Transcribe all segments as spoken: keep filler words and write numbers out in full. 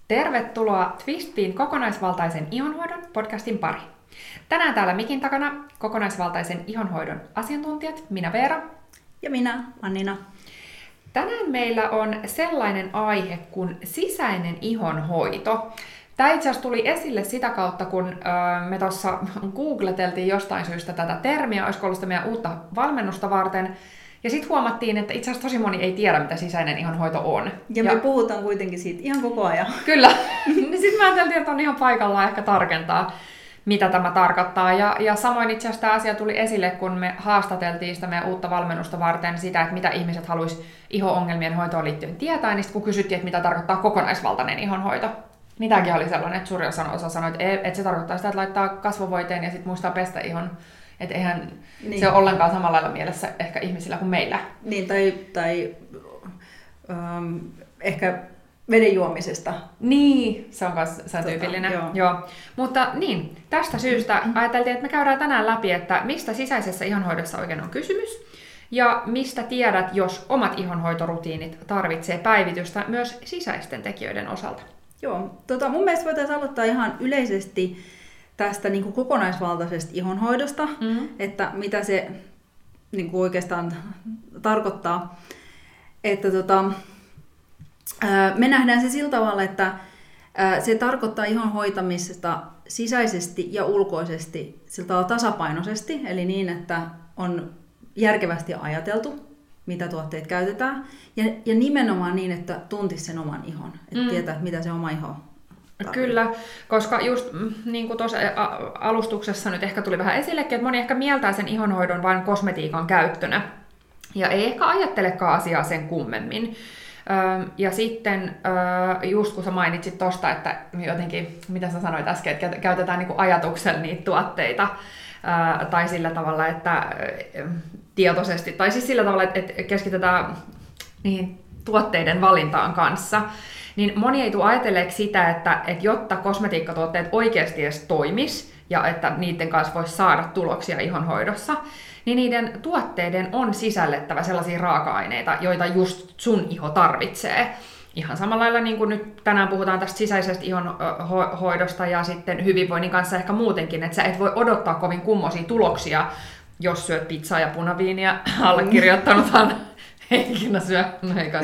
Tervetuloa Twistpiin kokonaisvaltaisen ihonhoidon podcastin pari. Tänään täällä mikin takana kokonaisvaltaisen ihonhoidon asiantuntijat, minä Veera. Ja minä, Annina. Tänään meillä on sellainen aihe kuin sisäinen ihonhoito. Tämä itse asiassa tuli esille sitä kautta, kun öö, me tuossa googleteltiin jostain syystä tätä termiä, olisiko ollut sitä meidän uutta valmennusta varten. Ja sitten huomattiin, että itse asiassa tosi moni ei tiedä, mitä sisäinen ihonhoito on. Ja, ja me puhutaan kuitenkin siitä ihan koko ajan. Kyllä. Sitten mä ajattelin, että on ihan paikallaan ehkä tarkentaa, mitä tämä tarkoittaa. Ja, ja samoin itse asiassa tämä asia tuli esille, kun me haastateltiin sitä meidän uutta valmennusta varten sitä, että mitä ihmiset haluaisi iho-ongelmien hoitoon liittyen tietää. Niin sitten kun kysyttiin, että mitä tarkoittaa kokonaisvaltainen ihonhoito, niin tämäkin oli sellainen, että suurin osa sanoi, että, että se tarkoittaa sitä, että laittaa kasvovoiteen ja sitten muistaa pestä ihon. Että eihän niin. Se ole ollenkaan samalla lailla mielessä ehkä ihmisillä kuin meillä. Niin, tai, tai ähm, ehkä veden juomisesta. Niin, se on myös se on tota, tyypillinen. Joo. Joo. Mutta niin, tästä syystä ajateltiin, että me käydään tänään läpi, että mistä sisäisessä ihonhoidossa oikein on kysymys. Ja mistä tiedät, jos omat ihonhoitorutiinit tarvitsee päivitystä myös sisäisten tekijöiden osalta. Joo, tota, mun mielestä voitaisiin aloittaa ihan yleisesti tästä niin kuin kokonaisvaltaisesta ihonhoidosta, mm-hmm. että mitä se niin kuin oikeastaan tarkoittaa. Että tota, me nähdään se sillä tavalla, että se tarkoittaa ihon hoitamista sisäisesti ja ulkoisesti sillä tavalla tasapainoisesti, eli niin, että on järkevästi ajateltu, mitä tuotteet käytetään, ja, ja nimenomaan niin, että tuntisi sen oman ihon, että mm. tietää, mitä se oma iho tarvitsee. Kyllä, koska just niin kuin tuossa alustuksessa nyt ehkä tuli vähän esillekin, että moni ehkä mieltää sen ihonhoidon vain kosmetiikan käyttönä, ja ei ehkä ajattelekaan asiaa sen kummemmin. Ja sitten just kun sä mainitsit tosta, että jotenkin, mitä sä sanoit äsken, että käytetään niin kuin ajatuksella niitä tuotteita, tai sillä tavalla, että tietoisesti, tai siis sillä tavalla, että keskitytään niihin tuotteiden valintaan kanssa, niin moni ei tule ajatelleeksi sitä, että, että jotta kosmetiikkatuotteet oikeasti edes toimis, ja että niiden kanssa voisi saada tuloksia ihonhoidossa, niin niiden tuotteiden on sisällettävä sellaisia raaka-aineita, joita just sun iho tarvitsee. Ihan samalla lailla niin kuin nyt tänään puhutaan tästä sisäisestä ihonhoidosta ja sitten hyvinvoinnin kanssa ehkä muutenkin, että sä et voi odottaa kovin kummoisia tuloksia, jos syöt pizzaa ja punaviiniä, allekirjoittanuthan ei ikinä syö, no eikä.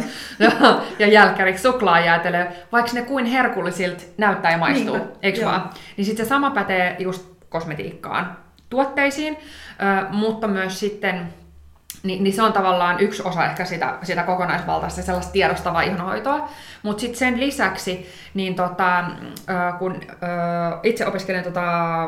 Ja jälkkäriksi suklaajäätelöä, vaikka ne kuin herkullisilta näyttää ja maistuu, niin, eikö vaan? Niin sitten se sama pätee just kosmetiikkaan, tuotteisiin, mutta myös sitten, niin, niin se on tavallaan yksi osa ehkä sitä, sitä kokonaisvaltaista sellaista tiedostavaa ihonhoitoa. Mutta sitten sen lisäksi, niin tota, kun itse opiskelen tota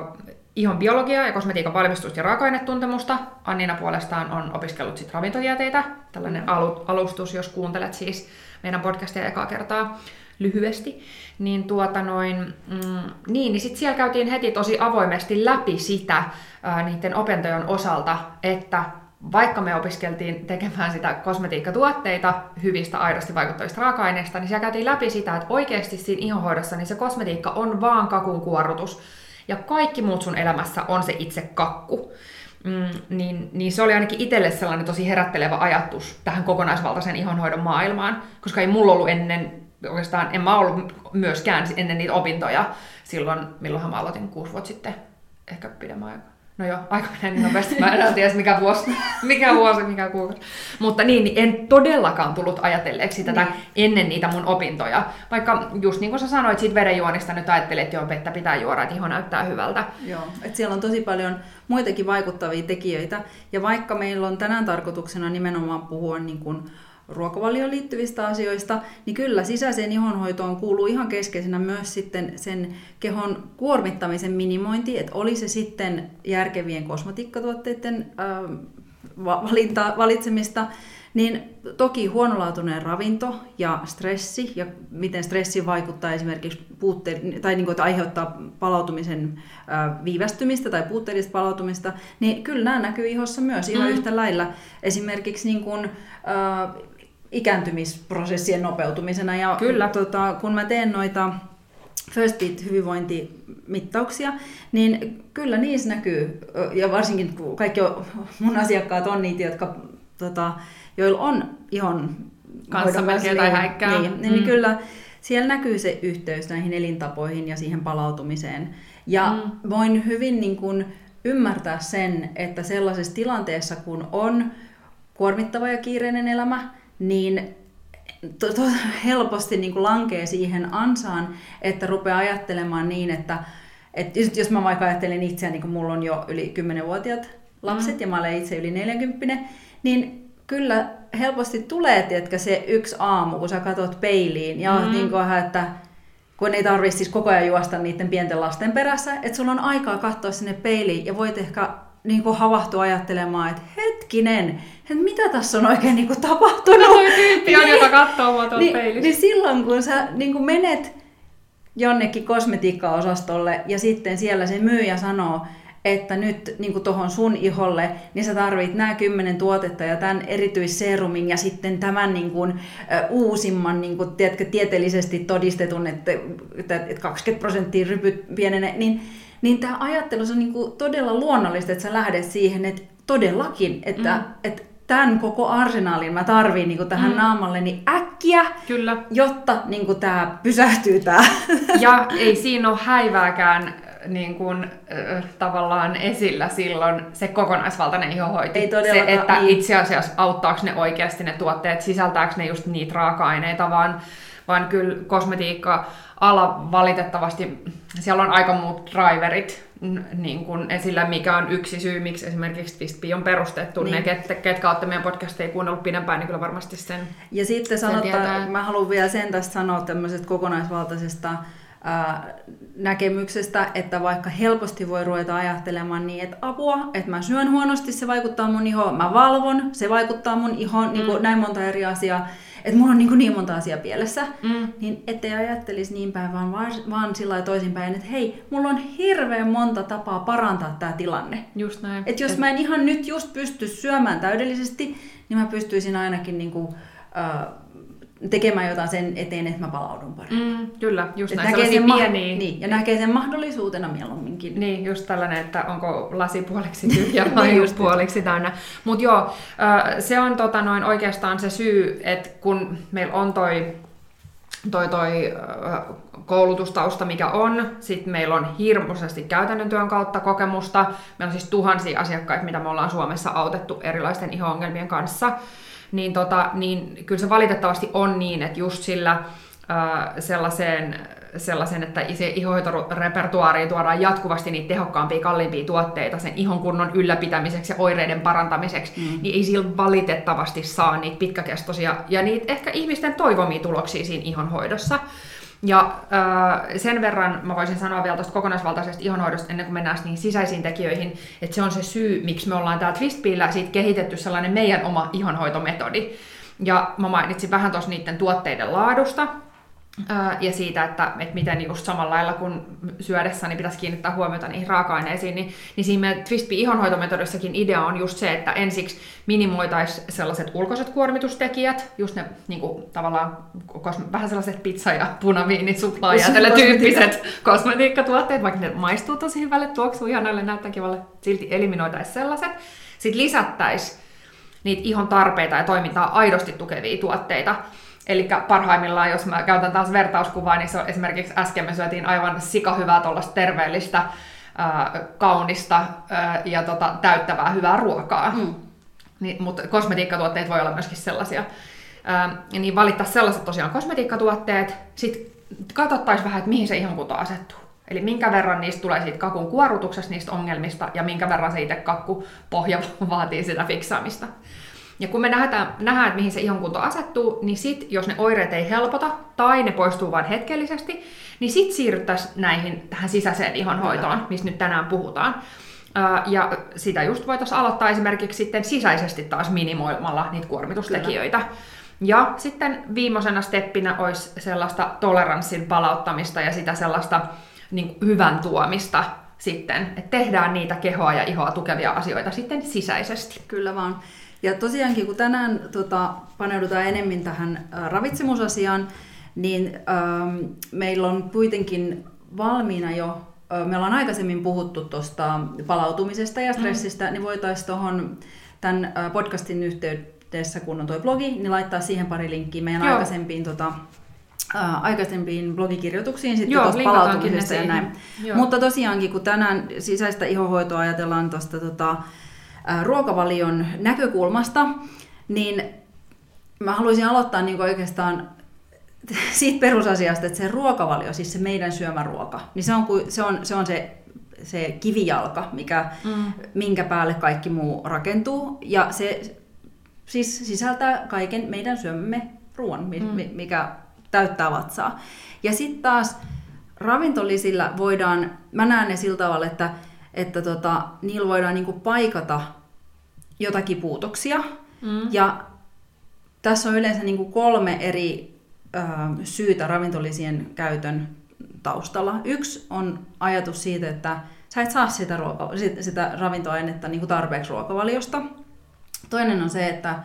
ihon biologiaa ja kosmetiikan valmistusta ja raaka-ainetuntemusta, Annina puolestaan on opiskellut sit ravintotieteitä, tällainen alustus, jos kuuntelet siis meidän podcastia ekaa kertaa lyhyesti, niin, tuota noin, mm, niin, niin sitten siellä käytiin heti tosi avoimesti läpi sitä ää, niiden opintojen osalta, että vaikka me opiskeltiin tekemään sitä kosmetiikkatuotteita hyvistä aidosti vaikuttavista raaka-aineista, niin siellä käytiin läpi sitä, että oikeasti siinä ihonhoidossa niin se kosmetiikka on vaan kakun kuorrutus, ja kaikki muut sun elämässä on se itse kakku. Mm, niin, niin se oli ainakin itselle sellainen tosi herättelevä ajatus tähän kokonaisvaltaisen ihonhoidon maailmaan, koska ei mulla ollut ennen, oikeastaan en mä ollut myöskään ennen niitä opintoja silloin, milloinhan mä aloitin kuusi vuotta sitten, ehkä pidemmän aikaa. No joo, aika menee niin nopeasti, mä en tiedä mikä vuosi, mikä vuosi, mikä kuukausi. Mutta niin, niin en todellakaan tullut ajatelleeksi tätä niin. Ennen niitä mun opintoja. Vaikka just niin kuin sä sanoit siitä vedenjuonista, nyt ajattelet, että joo, vettä pitää juoda, että iho näyttää hyvältä. Joo, että siellä on tosi paljon muitakin vaikuttavia tekijöitä. Ja vaikka meillä on tänään tarkoituksena nimenomaan puhua niin kuin ruokavalioon liittyvistä asioista, niin kyllä sisäiseen ihonhoitoon kuuluu ihan keskeisenä myös sitten sen kehon kuormittamisen minimointi, että oli se sitten järkevien kosmetiikkatuotteiden äh, valinta, valitsemista, niin toki huonolaatuinen ravinto ja stressi, ja miten stressi vaikuttaa esimerkiksi puutteiden, tai niin kuin, että aiheuttaa palautumisen äh, viivästymistä tai puutteellista palautumista, niin kyllä nämä näkyy ihossa myös ihan mm. yhtä lailla. Esimerkiksi niin kuin, äh, ikääntymisprosessien nopeutumisena. Ja Kyllä. Tota, kun mä teen noita First Beat-hyvinvointimittauksia, niin kyllä niissä näkyy, ja varsinkin kun kaikki mun asiakkaat on niitä, jotka, tota, joilla on ihon kanssa melkein tai häikkää. Niin, niin, mm. niin kyllä siellä näkyy se yhteys näihin elintapoihin ja siihen palautumiseen. Ja mm. voin hyvin niin kuin ymmärtää sen, että sellaisessa tilanteessa, kun on kuormittava ja kiireinen elämä, niin to, to, helposti niin kuin lankee siihen ansaan, että rupeaa ajattelemaan niin, että et jos mä vaikka ajattelen itseäni, niin kun mulla on jo yli kymmenvuotiaat lapset mm. ja mä olen itse yli neljäkymppinen, niin kyllä helposti tulee, tiedätkö, se yksi aamu, kun sä katot peiliin ja mm. niin kuin, että kun ei tarvitse siis koko ajan juosta niiden pienten lasten perässä, että sulla on aikaa katsoa sinne peiliin ja voit ehkä niin kuin havahtua ajattelemaan, että hetkinen, että mitä tässä on oikein niin kuin tapahtunut. No toi tyyppi on, jota katsoo mua tuolta niin, peilistä. Niin silloin, kun sä niin kuin menet jonnekin kosmetiikkaosastolle ja sitten siellä se myyjä sanoo, että nyt niin tuohon sun iholle, niin sä tarvit nämä kymmenen tuotetta ja tämän erityisserumin ja sitten tämän niin kuin, ä, uusimman, niin kuin, tiedätkö, tieteellisesti todistetun, että, että kaksikymmentä prosenttia rypyt pienenee, niin, niin tämä ajattelu on niin kuin todella luonnollista, että sä lähdet siihen, että todellakin, että, mm. että tämän koko arsenaalin mä tarviin niin kuin tähän mm. naamalleni äkkiä, Kyllä. jotta niin kuin tämä pysähtyy tämä. Ja ei siinä ole häivääkään niin kuin, äh, tavallaan esillä silloin se kokonaisvaltainen ihohoito. Ei todellakaan. Se, että niin. itse asiassa auttaako ne oikeasti ne tuotteet, sisältääkö ne just niitä raaka-aineita, vaan, vaan kyllä kosmetiikka-ala valitettavasti, siellä on aika muut driverit niin kuin esillä, mikä on yksi syy, miksi esimerkiksi Twistbee on perustettu. Niin. Ne, ket, ketkä olette meidän podcasteja kuunnellut pidempään, niin kyllä varmasti sen Ja sitten sanotaan, mä haluan vielä sen tästä sanoa tämmöisestä kokonaisvaltaisesta näkemyksestä, että vaikka helposti voi ruveta ajattelemaan niin, että apua, että mä syön huonosti, se vaikuttaa mun ihoon, mä valvon, se vaikuttaa mun ihoon, mm. niin kuin näin monta eri asiaa, että mulla on niin, niin monta asiaa pielessä, mm. niin ettei ajattelisi niin päin, vaan, vaan sillä lailla toisinpäin, että hei, mulla on hirveän monta tapaa parantaa tää tilanne. Just näin. Että jos mä en ihan nyt just pysty syömään täydellisesti, niin mä pystyisin ainakin niin kuin, äh, tekemään jotain sen eteen, että mä palaudun paremmin. Mm, kyllä, just näin. Näkee sen, pieniä. ma- niin, ja näkee sen mahdollisuutena mieluumminkin. Niin, just tällainen, että onko lasi puoliksi tyhjä vai just puoliksi täynnä. Mutta joo, se on tota noin oikeastaan se syy, että kun meillä on toi, toi, toi koulutustausta, mikä on, sitten meillä on hirmuisesti käytännön työn kautta kokemusta. Meillä on siis tuhansia asiakkaita, mitä me ollaan Suomessa autettu erilaisten iho-ongelmien kanssa. Niin, tota, niin kyllä se valitettavasti on niin, että just sillä ää, sellaiseen, sellaisen, että ihohoitorepertuaariin tuodaan jatkuvasti niitä tehokkaampia, kalliimpia tuotteita sen ihon kunnon ylläpitämiseksi ja oireiden parantamiseksi, mm. niin ei sillä valitettavasti saa niitä pitkäkestoisia ja niitä ehkä ihmisten toivomia tuloksia siinä ihonhoidossa. Ja äh, sen verran mä voisin sanoa vielä tuosta kokonaisvaltaisesta ihonhoidosta ennen kuin mennään niihin sisäisiin tekijöihin, että se on se syy, miksi me ollaan täällä Twistbeellä siitä kehitetty sellainen meidän oma ihonhoitometodi. Ja mä mainitsin vähän tuossa niiden tuotteiden laadusta äh, ja siitä, että, että miten just samalla lailla kuin syödessä niin pitäisi kiinnittää huomiota niihin raaka-aineisiin, niin, niin siinä meidän Twistbee ihonhoitometodissakin idea on just se, että ensiksi minimoitaisiin sellaiset ulkoiset kuormitustekijät, just ne niin kuin, tavallaan vähän sellaiset pizza- ja punaviinit, suklaajäätelö tyyppiset kosmetiikkatuotteet, vaikka ne maistuu tosi hyvälle, tuoksuu ihanalle, näyttää kivalle, silti eliminoitaisiin sellaiset. Sitten lisättäisiin niitä ihon tarpeita ja toimintaa aidosti tukevia tuotteita. Eli parhaimmillaan, jos mä käytän taas vertauskuvaa, niin se on esimerkiksi äsken me syötiin aivan sikahyvää tuollaista terveellistä, ää, kaunista ää, ja tota, täyttävää hyvää ruokaa. Mm. Niin, mutta kosmetiikkatuotteet voi olla myöskin sellaisia. Ää, niin valittaisiin sellaiset tosiaan kosmetiikkatuotteet, sitten katsottaisiin vähän, että mihin se ihonkunto asettuu. Eli minkä verran niistä tulee siitä kakun kuorutuksesta, niistä ongelmista, ja minkä verran se itse kakkupohja vaatii sitä fiksaamista. Ja kun me nähdään, nähdään että mihin se ihonkunto asettuu, niin sit, jos ne oireet ei helpota, tai ne poistuu vain hetkellisesti, niin sit siirryttäisiin näihin tähän sisäiseen ihonhoitoon, mistä nyt tänään puhutaan. Ja sitä just voitaisiin aloittaa esimerkiksi sitten sisäisesti taas minimoimalla niitä kuormitustekijöitä. Kyllä. Ja sitten viimeisenä steppinä olisi sellaista toleranssin palauttamista ja sitä sellaista niin hyvän tuomista sitten, että tehdään niitä kehoa ja ihoa tukevia asioita sitten sisäisesti. Kyllä vaan. Ja tosiaankin, kun tänään tota, paneudutaan enemmän tähän ä, ravitsemusasiaan, niin ähm, meillä on kuitenkin valmiina jo, äh, me ollaan aikaisemmin puhuttu tuosta palautumisesta ja stressistä, mm. niin voitaisiin tuohon tämän äh, podcastin yhteydessä, kun on tuo blogi, niin laittaa siihen pari linkkiä meidän Joo. aikaisempiin tota, ää, aikaisempiin blogikirjoituksiin sitten tuosta palautumisesta ja näin. Joo. Mutta tosiaankin, kun tänään sisäistä ihohoitoa ajatellaan tuosta tota, ää, ruokavalion näkökulmasta, niin mä haluaisin aloittaa niin oikeastaan siitä perusasiasta, että se ruokavalio, siis se meidän syömä ruoka, niin se on se, on, se, on se, se kivijalka, mikä, mm. minkä päälle kaikki muu rakentuu. Ja se siis sisältää kaiken meidän syömämme ruoan, mm. mikä täyttää vatsaa. Ja sitten taas ravintolisillä voidaan, mä näen ne sillä tavalla, että, että tota, niillä voidaan niinku paikata jotakin puutoksia. Mm. Ja tässä on yleensä niinku kolme eri ö, syytä ravintolisien käytön taustalla. Yksi on ajatus siitä, että sä et saa sitä, ruoka, sitä ravintoainetta niinku tarpeeksi ruokavaliosta. Toinen on se, että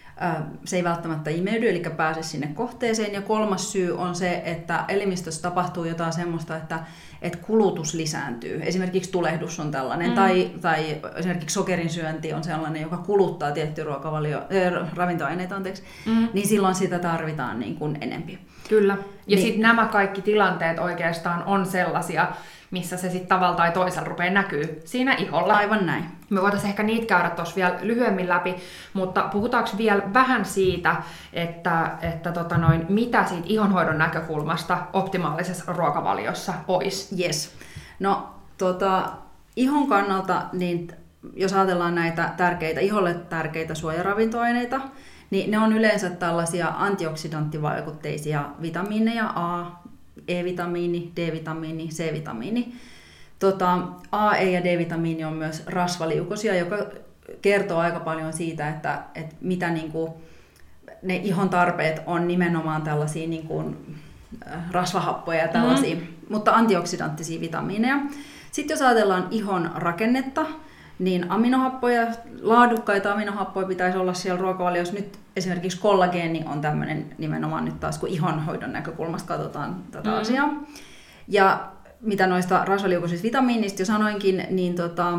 se ei välttämättä imeydy, eli pääse sinne kohteeseen. Ja kolmas syy on se, että elimistössä tapahtuu jotain semmoista, että, että kulutus lisääntyy. Esimerkiksi tulehdus on tällainen, mm. tai, tai esimerkiksi sokerin syönti on sellainen, joka kuluttaa tiettyä ruokavalio, äh, ravintoaineita, anteeksi, mm. niin silloin sitä tarvitaan niin kuin enempi. Kyllä. Ja niin. sitten nämä kaikki tilanteet oikeastaan on sellaisia, missä se sitten tavalla tai toisella rupeaa näkyy siinä iholla. Aivan näin. Me voitaisiin ehkä niitä käydä tuossa vielä lyhyemmin läpi, mutta puhutaanko vielä vähän siitä, että, että tota noin, mitä siitä ihonhoidon näkökulmasta optimaalisessa ruokavaliossa olisi? Yes. No tota, ihon kannalta, niin jos ajatellaan näitä tärkeitä, iholle tärkeitä suojaravintoaineita, niin ne on yleensä tällaisia antioksidanttivaikutteisia vitamiineja, A, E-vitamiini, D-vitamiini, C-vitamiini. Tota, A, E ja D-vitamiini on myös rasvaliukosia, joka kertoo aika paljon siitä, että, että mitä niin kuin, ne ihon tarpeet on nimenomaan tällaisia niin kuin, rasvahappoja ja tällaisia, mm. mutta antioksidanttisia vitamiineja. Sitten jos ajatellaan ihon rakennetta, niin aminohappoja, laadukkaita aminohappoja pitäisi olla siellä ruokavaliossa. Nyt esimerkiksi kollageeni on tämmöinen nimenomaan nyt taas, kun ihonhoidon näkökulmasta katsotaan tätä mm. asiaa. Ja mitä noista rasvaliukoisista vitamiinista jo sanoinkin, niin tota,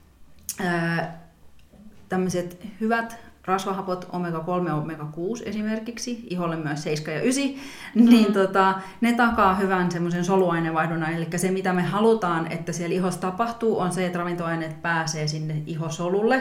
ää, tämmöiset hyvät rasvahapot, omega kolme ja omega kuusi esimerkiksi, iholle myös seitsemän ja yhdeksän, mm. niin tota, ne takaa hyvän semmoisen soluainevaihdunnan. Eli se, mitä me halutaan, että siellä ihossa tapahtuu, on se, että ravintoaineet pääsee sinne ihosolulle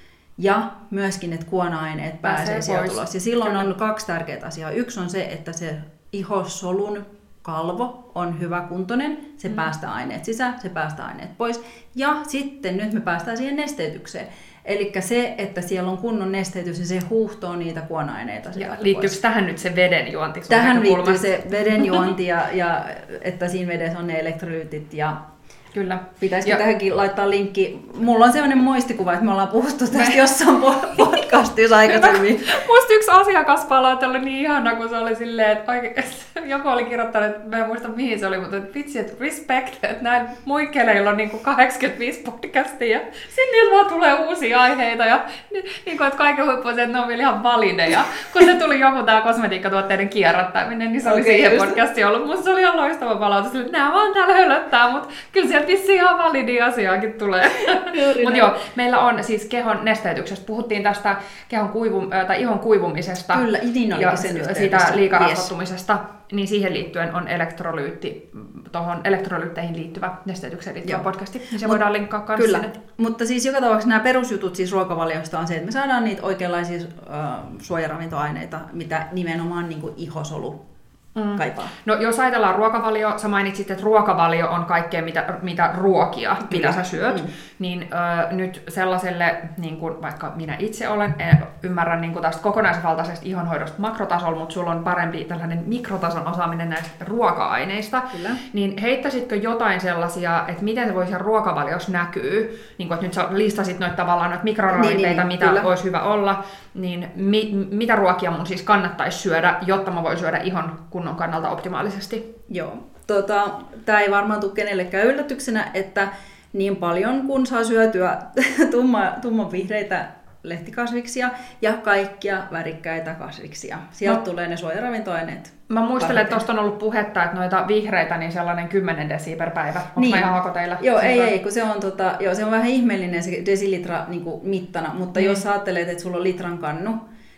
ja myöskin, että kuona-aineet pääsee, pääsee sieltä ulos. Ja silloin Kyllä. on kaksi tärkeää asiaa. Yksi on se, että se ihosolun kalvo on hyväkuntoinen, se mm. päästää aineet sisään, se päästää aineet pois. Ja sitten nyt me päästään siihen nesteytykseen. Eli se, että siellä on kunnon nesteytys ja se huuhtoo niitä kuona-aineita. Liittyykö pois. Tähän nyt se vedenjuonti? Tähän liittyy se vedenjuonti ja, ja että siinä vedessä on ne elektrolyytit ja Kyllä. Pitäisikö ja tähänkin laittaa linkki? Mulla on sellainen muistikuva, että me ollaan puhuttu tästä me... jossain podcastissa aikaisemmin. Musta yksi asiakaspalaute oli niin ihana, kun se oli silleen, että oikeasti joku oli kirjoittanut, että mä en muista mihin se oli, mutta että vitsi, että respect, että näin muikkeleilla on niin kuin kahdeksankymmentäviisi podcastia ja sitten niillä vaan tulee uusia aiheita ja niin kuin, että kaiken huippu on se, että ne on vielä ihan valideja. Kun se tuli joku tää kosmetiikkatuotteiden kierrättäminen, niin se oli okay, siihen podcastiin ollut. Musta se oli ihan loistava palaute, että nämä vaan täällä hölöttää, mutta kyllä sieltä vissiin ihan validia asiaakin tulee. Mutta joo, meillä on siis kehon nesteytyksestä. Puhuttiin tästä kehon kuivu, tai ihon kuivumisesta. Kyllä, ja siitä liikarasvattumisesta. Yes. Niin siihen liittyen on elektrolyytti, tuohon elektrolyytteihin liittyvä nesteytykseen liittyvä joo. podcasti. Niin se Mut, voidaan linkkaa kanssa Kyllä, sinne. Mutta siis joka tapauksessa nämä perusjutut siis ruokavaliosta on se, että me saadaan niitä oikeanlaisia äh, suojaravintoaineita, mitä nimenomaan niin kuin ihosolu Mm. kaipaa. No jos ajatellaan ruokavalio, sä mainitsit, että ruokavalio on kaikkea mitä, mitä ruokia, Kyllä. mitä sä syöt, mm. niin ö, nyt sellaiselle, niin kuin vaikka minä itse olen, ymmärrän niin kuin tästä kokonaisvaltaisesta ihonhoidosta makrotasolla, mutta sulla on parempi tällainen mikrotason osaaminen näistä ruoka-aineista, Kyllä. niin heittäisitkö jotain sellaisia, että miten se voi siellä ruokavaliossa näkyy, niin kuin, että nyt sä listasit noita tavallaan noita mikroravinteita, niin, niin, mitä kyllä. olisi hyvä olla, niin mi, mitä ruokia mun siis kannattaisi syödä, jotta mä voin syödä ihon kunnon kannalta optimaalisesti? Joo. Tota, tämä ei varmaan tule kenellekään yllätyksenä, että niin paljon kun saa syötyä tumma, tumman vihreitä lehtikasviksia ja kaikkia värikkäitä kasviksia. Sieltä no. tulee ne suojaravintoaineet. Mä muistelen, että tuosta on ollut puhetta, että noita vihreitä niin sellainen kymmenen desiä per päivä. Onko niin. mä ihan hakoteilla? Joo, ei, ei, kun se on, tota, joo, se on vähän ihmeellinen se desilitra niin kuin mittana, mutta mm. jos ajattelet, että sulla on litran kannu,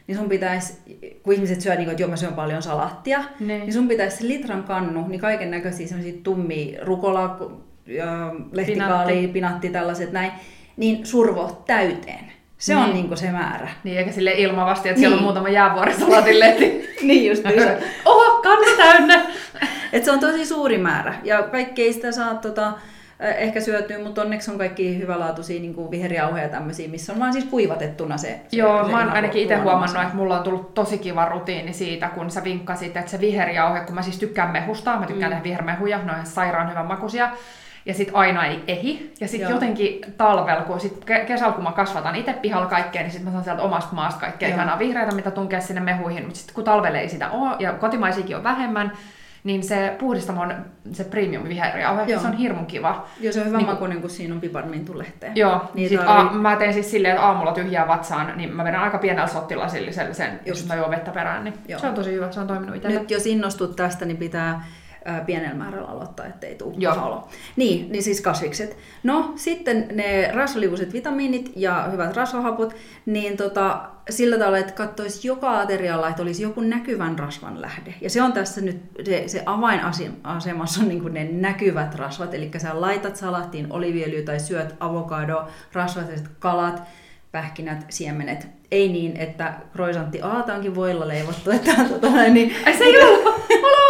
niin sun pitäisi, kun ihmiset syö, niin että joo mä syön paljon salaattia, ne. niin sun pitäisi se litran kannu, niin kaiken näköisiä semmoisia tummia rukola, lehtikaali, pinatti. pinatti, tällaiset näin, niin survo täyteen. Se niin. on niinku se määrä. Niin, eikä sille ilmavasti, että niin. siellä on muutama jäävuorisalaatin lehti. niin just niin. Oho, kannu täynnä! Et se on tosi suuri määrä. Ja kaikki ei sitä saa tota, ehkä syötyä, mutta onneksi on kaikki hyvälaatuisia niin viherjauheja ja tämmöisiä, missä on vaan siis kuivatettuna se. Joo, se mä oon ainakin itse huomannut, että mulla on tullut tosi kiva rutiini siitä, kun sä vinkkasit, että se viherjauhe, kun mä siis tykkään mehusta, mä tykkään mm. tehdä vihermehuja, ne on ihan sairaan hyvän makuisia. Ja sit aina ei ehi. Ja sit Joo. jotenkin talvella, kun sit kesällä kun mä kasvatan itse pihalla kaikkea, niin sit mä saan sieltä omasta maasta kaikkea Joo. ihanaa vihreitä, mitä tunkea sinne mehuihin. Mutta sit kun talvella ei sitä ole, ja kotimaisiakin on vähemmän, niin se puhdistamon se premium viherjauhe, se on hirmun kiva. Joo, se on hyvä niin, makuinen, kun siinä on piparmintulehteä. Joo, niin sit tarvii... a, mä teen siis silleen, että aamulla tyhjää vatsaan, niin mä vedän aika pienellä sottilasilla sen, jos mä juon vettä perään, niin Joo. se on tosi hyvä, se on toiminut itselle. Nyt jos innostut tästä, niin pitää pienellä määrällä aloittaa, ettei tule paha olo. Niin, niin siis kasvikset. No, sitten ne rasvaliuiset vitamiinit ja hyvät rasvahapot, niin tota, sillä tavalla, että katsoisi joka aterialla, että olisi joku näkyvän rasvan lähde. Ja se on tässä nyt, se, se avainasemassa on niin kuin ne näkyvät rasvat, eli sä laitat salaattiin oliiviöljyä tai syöt avokado, rasvaiset kalat, pähkinät, siemenet. Ei niin, että croissantti aata onkin voilla leivottu, että tota, niin... Ai se ei ollut!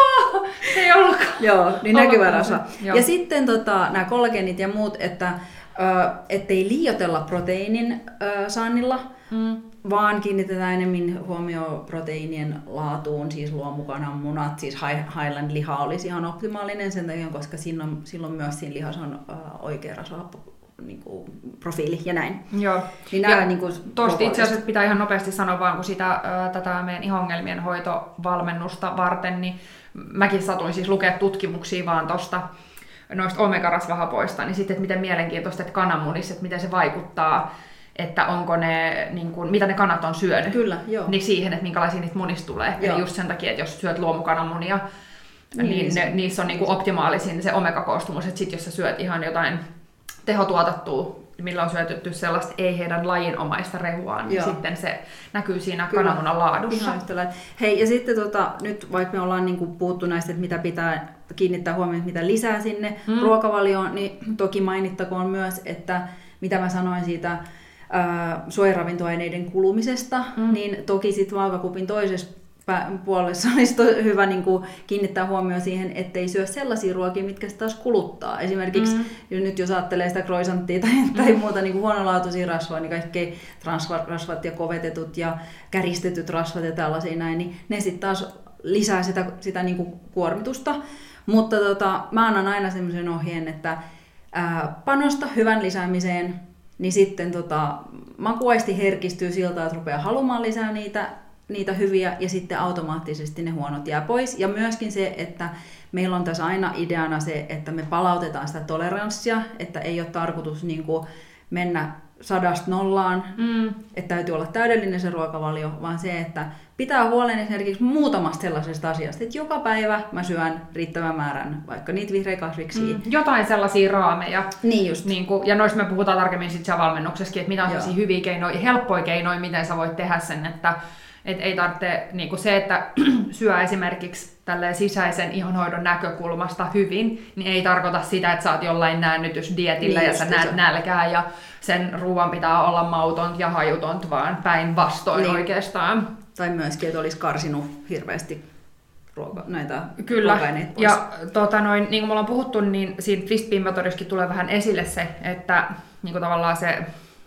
Se ei ollutkaan. Joo, niin näkyvä rasva. Ja sitten tota, nämä kollageenit ja muut, että ö, ettei liioitella proteiinin ö, saannilla, mm. vaan kiinnitetään enemmän huomioon proteiinien laatuun, siis luomukana munat, siis Highland-liha olisi ihan optimaalinen sen takia, koska silloin, silloin myös siinä lihassa on ö, oikea rasvahappo. Niin kuin profiili ja näin. Joo. Niin nämä, niin kuin, tosta itse asiassa pitää ihan nopeasti sanoa vaan, kun sitä, ää, tätä meidän ihongelmien hoitovalmennusta varten, niin mäkin satuin siis lukea tutkimuksia vaan tosta noista omega-rasvahapoista, niin sitten, että miten mielenkiintoista, että kananmunissa, että miten se vaikuttaa, että onko ne, niin kuin, mitä ne kanat on syönyt. Kyllä, joo. Niin siihen, että minkälaisia niitä munista tulee. Joo. Eli just sen takia, että jos syöt luomukananmunia, niin, niin ne, niissä on niin kuin optimaalisin se omega-koostumus, että sit jos sä syöt ihan jotain tehotuotettua, millä on syötetty sellaista ei heidän lajinomaista rehua, niin Joo. sitten se näkyy siinä Kyllä. kananmunan laadussa. Hei, ja sitten tota, nyt vaikka me ollaan niinku puhuttu näistä, että mitä pitää kiinnittää huomioon, mitä lisää sinne mm. ruokavalioon, niin toki mainittakoon myös, että mitä mä sanoin siitä ää, suojaravintoaineiden kulumisesta, mm. niin toki sitten vaakakupin toisessa puolessa olisi hyvä niin kuin kiinnittää huomioon siihen, ettei syö sellaisia ruokia, mitkä sitä taas kuluttaa. Esimerkiksi mm. nyt jos ajattelee sitä croissanttia tai, mm. tai muuta niin kuin huonolaatuisia rasvoja, niin kaikki transrasvat ja kovetetut ja käristetyt rasvat ja tällaisia näin, niin ne sitten taas lisää sitä, sitä niin kuin kuormitusta. Mutta tota, mä annan aina semmoisen ohjeen, että ää, panosta hyvän lisäämiseen, niin sitten tota, makuaisti herkistyy siltä, että rupeaa haluamaan lisää niitä niitä hyviä ja sitten automaattisesti ne huonot jää pois. Ja myöskin se, että meillä on tässä aina ideana se, että me palautetaan sitä toleranssia, että ei ole tarkoitus niin kuin mennä sadasta nollaan, mm. että täytyy olla täydellinen se ruokavalio, vaan se, että pitää huolen esimerkiksi muutamasta sellaisesta asiasta, että joka päivä mä syön riittävän määrän vaikka niitä vihreä kasviksia. Mm. Jotain sellaisia raameja. Niin just. Niin kuin, ja noista me puhutaan tarkemmin sitten valmennuksessakin, että mitä on sellaisia hyviä keinoja, helppoja keinoja, miten sä voit tehdä sen, että et ei tarvitse niin kuin se, että syö esimerkiksi tälleen sisäisen ihonhoidon näkökulmasta hyvin, niin ei tarkoita sitä, että sä oot jollain näännytysdietillä niin ja sä näet nälkää ja sen ruoan pitää olla mautonta ja hajutonta, vaan päinvastoin niin. oikeastaan. Tai myöskin, että olisi karsinut hirveästi ruoka, näitä Kyllä. ruoka-aineita pois. Ja tota noin, niin kuin me ollaan puhuttu, niin siinä Twist Beam-metodissakin tulee vähän esille se, että niin kuin tavallaan se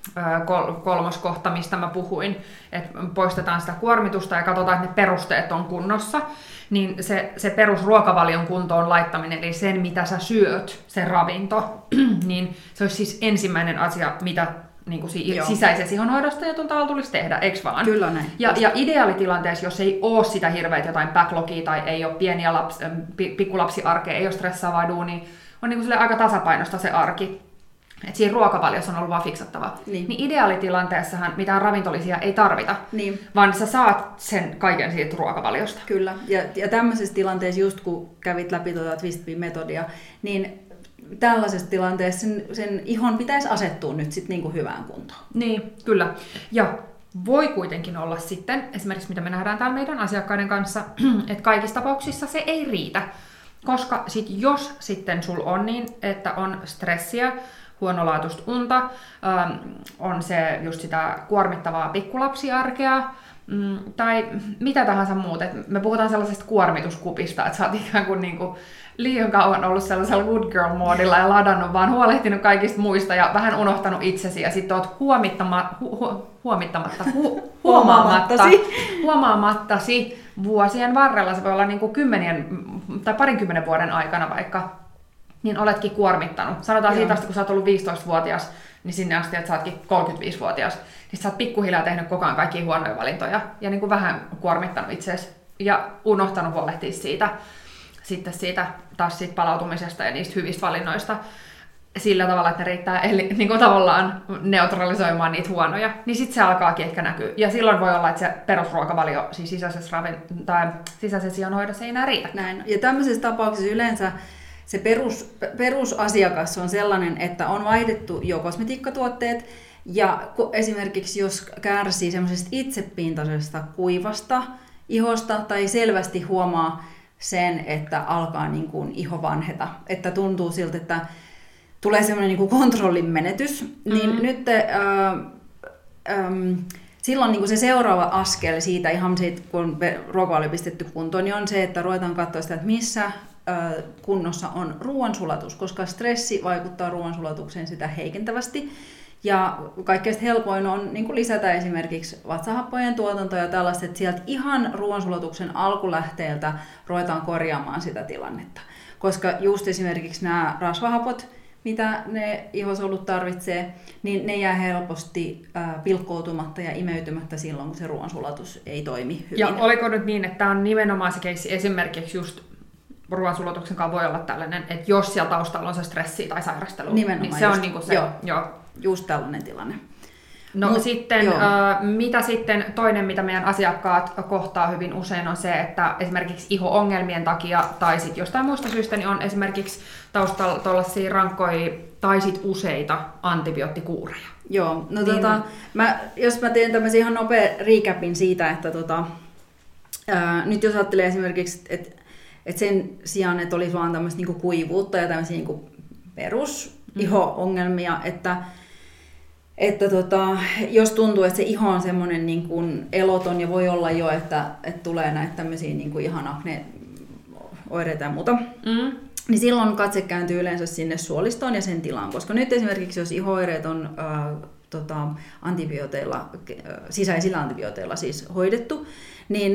kolmoskohta, mistä mä puhuin, että poistetaan sitä kuormitusta ja katsotaan, että ne perusteet on kunnossa, niin se, se perusruokavalion kuntoon laittaminen, eli sen, mitä sä syöt, se ravinto, niin se olisi siis ensimmäinen asia, mitä niin kuin si- sisäisessä ihonhoidosta ja tavalla tulisi tehdä, eikö vaan? Kyllä näin. Ja, ja ideaalitilanteessa, jos ei ole sitä hirveät jotain backlogia tai ei ole pieniä laps, pikkulapsiarkeja, ei ole stressaavaa duunia, on niin kuin aika tasapainosta se arki. Että siinä ruokavaliossa on ollut vaan fiksattava. Niin. niin ideaalitilanteessahan mitään ravintolisia ei tarvita, niin. vaan sä saat sen kaiken siitä ruokavaliosta. Kyllä, ja, ja tämmöisessä tilanteessa, just kun kävit läpi tuota Twist Beam-metodia, niin tällaisessa tilanteessa sen, sen ihon pitäisi asettua nyt sit niinku hyvään kuntoon. Niin, kyllä. Ja voi kuitenkin olla sitten, esimerkiksi mitä me nähdään täällä meidän asiakkaiden kanssa, että kaikissa tapauksissa se ei riitä. Koska sit jos sitten sul on niin, että on stressiä, huonolaatuista unta, ähm, on se just sitä kuormittavaa pikkulapsiarkea, mm, tai mitä tahansa muuta. Et me puhutaan sellaisesta kuormituskupista, että sä oot ikään kuin niinku liian kauan ollut sellaisella good girl-moodilla ja ladannut, vaan huolehtinut kaikista muista ja vähän unohtanut itsesi, ja sitten oot huomittama, hu, hu, huomittamatta, hu, huomaamatta, huomaamattasi vuosien varrella, se voi olla niinku kymmenien tai parinkymmenen vuoden aikana vaikka, niin oletkin kuormittanut. Sanotaan Joo. siitä asti, kun sä oot ollut viisitoistavuotias, niin sinne asti, että sä ootkin kolmekymmentäviisivuotias, niin sä oot pikkuhiljaa tehnyt koko ajan kaikkia huonoja valintoja ja niin kuin vähän kuormittanut itseäsi ja unohtanut huolehtia siitä, sitten siitä, taas siitä palautumisesta ja niistä hyvistä valinnoista sillä tavalla, että ne riittää eli, niin kuin tavallaan neutralisoimaan niitä huonoja, niin sitten se alkaakin ehkä näkyä. Ja silloin voi olla, että se perusruokavalio, siis sisäisessä, ravin, tai sisäisessä ihonhoidossa ei enää riitä. Näin. Ja tämmöisessä tapauksessa yleensä se perus, perusasiakas on sellainen, että on vaihdettu jo kosmetiikkatuotteet, ja esimerkiksi jos kärsii semmoisesta itsepintaisesta kuivasta ihosta tai selvästi huomaa sen, että alkaa niin kuin iho vanheta, että tuntuu siltä, että tulee semmoinen niin kuin kontrollin menetys, mm-hmm. niin nyt äh, ähm, silloin niin kuin se seuraava askel siitä, ihan siitä, kun ruokavalio on pistetty kuntoon, niin on se, että ruvetaan katsoa sitä, että missä äh, kunnossa on ruoansulatus, koska stressi vaikuttaa ruoansulatukseen sitä heikentävästi. Ja kaikkein helpoin on niin kuin lisätä esimerkiksi vatsahappojen tuotantoa ja tällaista, että sieltä ihan ruoansulatuksen alkulähteeltä ruvetaan korjaamaan sitä tilannetta. Koska just esimerkiksi nämä rasvahapot, mitä ne ihosolut tarvitsee, niin ne jää helposti äh, pilkkoutumatta ja imeytymättä silloin, kun se ruoansulatus ei toimi hyvin. Ja oliko nyt niin, että tämä on nimenomaan se keissi esimerkiksi just ruoansulatuksen kanssa voi olla tällainen, että jos siellä taustalla on se stressi tai sairastelu, nimenomaan niin se just, on niin kuin se. Joo, joo. Just tällainen tilanne. No Mut, sitten, äh, mitä sitten toinen, mitä meidän asiakkaat kohtaa hyvin usein on se, että esimerkiksi iho-ongelmien takia tai sitten jostain muista syystä niin on esimerkiksi taustalla tuollaisia rankkoja tai sitten useita antibioottikuureja. Joo, no niin, tota, mä, jos mä teen tämmöisen ihan nopea recapin siitä, että tota, ää, nyt jos ajattelee esimerkiksi, että et sen sijaan, että olisi vaan tämmöistä niinku kuivuutta ja tämmöisiä niinku perus iho-ongelmia, että Että tota, jos tuntuu, että se iho on semmoinen niin kuin eloton ja voi olla jo, että, että tulee näitä tämmöisiä niin kuin ihan akne-oireita ja muuta, mm. niin silloin katse kääntyy yleensä sinne suolistoon ja sen tilaan. Koska nyt esimerkiksi jos iho-oireet on äh, tota, antibiooteilla, äh, sisäisillä antibiooteilla siis hoidettu, niin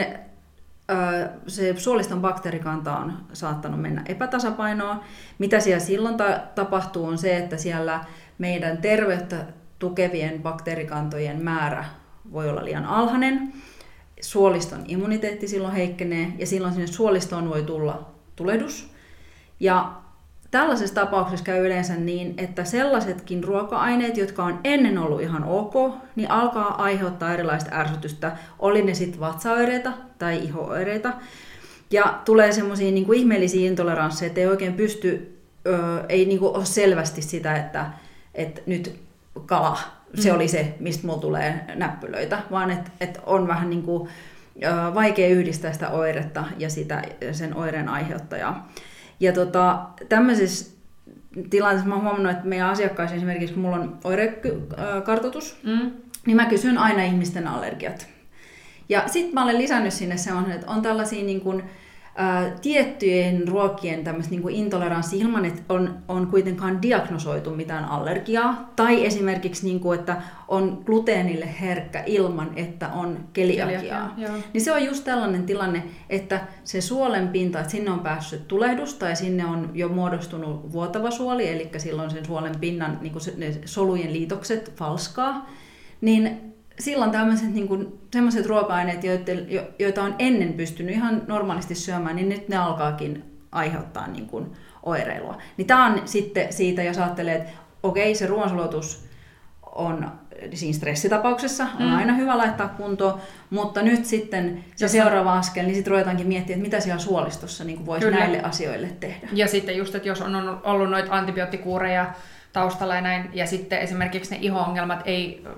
äh, se suoliston bakteerikanta on saattanut mennä epätasapainoon. Mitä siellä silloin ta- tapahtuu on se, että siellä meidän terveyttä tukevien bakteerikantojen määrä voi olla liian alhainen, suoliston immuniteetti silloin heikkenee ja silloin sinne suolistoon voi tulla tulehdus. Ja tällaisessa tapauksessa käy yleensä niin, että sellaisetkin ruoka-aineet, jotka on ennen ollut ihan ok, niin alkaa aiheuttaa erilaista ärsytystä, oli ne sitten vatsaoireita tai iho-oireita. Ja tulee semmoisia niin kuin ihmeellisiä intoleransseja, että ei oikein pysty, ö, ei niin kuin ole selvästi sitä, että, että nyt kala, se oli se, mistä mulla tulee näppylöitä, vaan että et on vähän niin kuin, ö, vaikea yhdistää sitä oiretta ja sitä, sen oireen aiheuttajaa. Ja tota, tämmöisessä tilanteessa mä oon huomannut, että meidän asiakkaissa esimerkiksi, kun mulla on oirekartoitus, mm. niin mä kysyn aina ihmisten allergiat. Ja sitten mä olen lisännyt sinne semmoisen, että on tällaisia niin kuin, ä, tiettyjen ruokien tämmöistä niin kuin intoleranssi ilman, että on, on kuitenkaan diagnosoitu mitään allergiaa. Tai esimerkiksi, niin kuin, että on gluteenille herkkä ilman, että on keliakiaa. Niin se on just tällainen tilanne, että se suolen pinta, että sinne on päässyt tulehdus tai sinne on jo muodostunut vuotava suoli, eli silloin sen suolen pinnan niin kuin se, ne solujen liitokset falskaa, niin silloin tämmöiset niin kuin, sellaiset ruoka-aineet, joita, joita on ennen pystynyt ihan normaalisti syömään, niin nyt ne alkaakin aiheuttaa niin kuin, oireilua. Niin tämä on sitten siitä, jos ajattelee, että okei, se ruoansulatus on siinä stressitapauksessa, on mm. aina hyvä laittaa kuntoon, mutta nyt sitten se seuraava askel, niin sitten ruvetaankin miettiä, että mitä siellä suolistossa niin voisi näille asioille tehdä. Ja sitten just, että jos on ollut noita antibioottikuureja taustalla ja näin, ja sitten esimerkiksi ne iho-ongelmat ei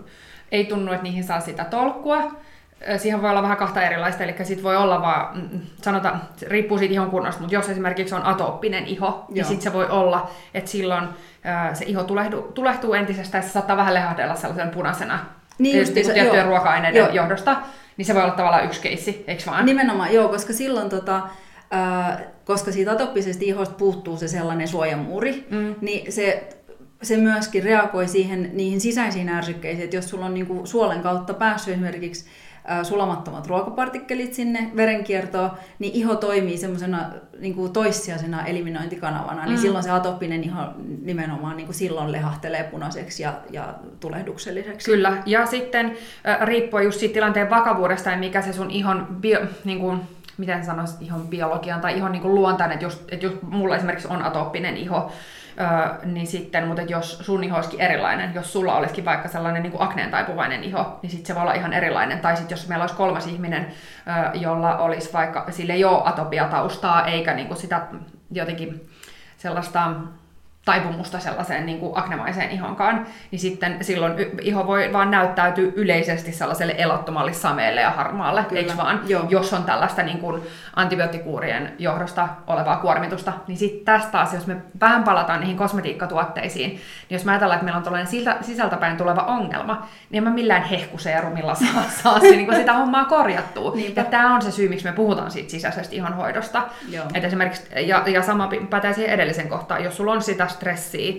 ei tunnu, että niihin saa sitä tolkkua. Siihen voi olla vähän kahta erilaista, eli sit voi olla vaan, sanotaan, riippuu siitä ihon kunnosta, mutta jos esimerkiksi on atooppinen iho, Joo. niin sitten se voi olla, että silloin ää, se iho tulehtuu, tulehtuu entisestään, ja se saattaa vähän lehahdella sellaisen punaisena niin just, niin tiettyjen ruoka-aineiden joo. johdosta, niin se voi olla tavallaan yksi keissi, eikö vaan? Nimenomaan, joo, koska silloin tota, ää, koska siitä atooppisesta ihosta puuttuu se sellainen suojamuuri, mm. niin se se myöskin reagoi siihen, niihin sisäisiin ärsykkeisiin, että jos sulla on niinku suolen kautta päässyt esimerkiksi ä, sulamattomat ruokapartikkelit sinne verenkiertoon, niin iho toimii semmoisena niinku toissijaisena eliminointikanavana, mm. niin silloin se atooppinen iho nimenomaan niinku silloin lehahtelee punaiseksi ja, ja tulehdukselliseksi. Kyllä, ja sitten äh, riippuen just siitä tilanteen vakavuudesta ja mikä se sun ihon bio, niinku, miten sanoisit, ihon biologian tai ihon niinku luontainen, että just, et just mulla esimerkiksi on atooppinen iho, Öö, niin sitten, mutta jos sun iho olisikin erilainen, jos sulla olisikin vaikka sellainen niin kuin akneen taipuvainen iho, niin sitten se voi olla ihan erilainen. Tai sitten jos meillä olisi kolmas ihminen, öö, jolla olisi vaikka, sille ei ole atopiataustaa, eikä niin kuin sitä jotenkin sellaista taipumusta sellaiseen niin kuin aknemaiseen ihonkaan, niin sitten silloin iho voi vaan näyttäytyä yleisesti sellaiselle elottomalle, sameelle ja harmaalle, eikö vaan? Joo. Jos on tällaista niin kuin antibioottikuurien johdosta olevaa kuormitusta, niin sitten tästä taas, jos me vähän palataan niihin kosmetiikkatuotteisiin, niin jos mä ajatellaan, että meillä on tällainen sisältäpäin tuleva ongelma, niin en mä millään hehkuseerumilla saa, saa se, niin kuin sitä hommaa korjattua. Niinpä. Ja tämä on se syy, miksi me puhutaan siitä sisäisestä ihonhoidosta. Että esimerkiksi, ja, ja sama pätee siihen edellisen kohtaan, jos sulla on sitä stressiä,